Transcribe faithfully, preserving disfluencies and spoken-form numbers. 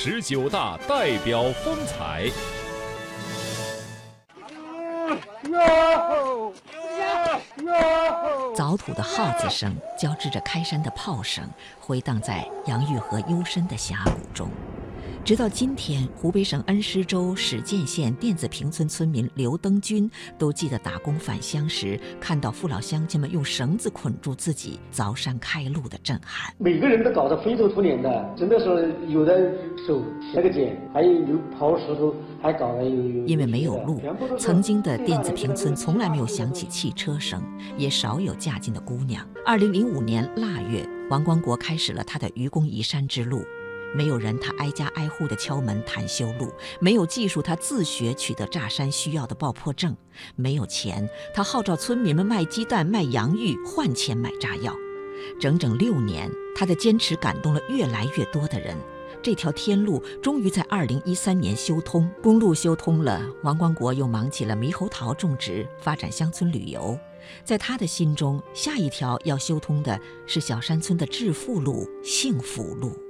十九大代表风采。 凿土的号子声交织着开山的炮声，回荡在杨峪河幽深的峡谷中。直到今天，湖北省恩施州史建县甸子坪村村民刘登军都记得打工返乡时看到父老乡亲们用绳子捆住自己凿山开路的震撼。 每个人都搞得灰头土脸的，真的是有的手提了个剪，还有有刨石头，还搞得有有。 因为没有路，曾经的甸子坪村从来没有响起汽车声，也少有嫁进的姑娘。二零零五年腊月，王光国开始了他的愚公移山之路。没有人，他挨家挨户的敲门谈修路；没有技术，他自学取得炸山需要的爆破证；没有钱，他号召村民们卖鸡蛋、卖洋芋，换钱买炸药。整整六年，他的坚持感动了越来越多的人。这条天路终于在二零一三年修通，公路修通了，王光国又忙起了猕猴桃种植，发展乡村旅游。在他的心中，下一条要修通的是小山村的致富路、幸福路。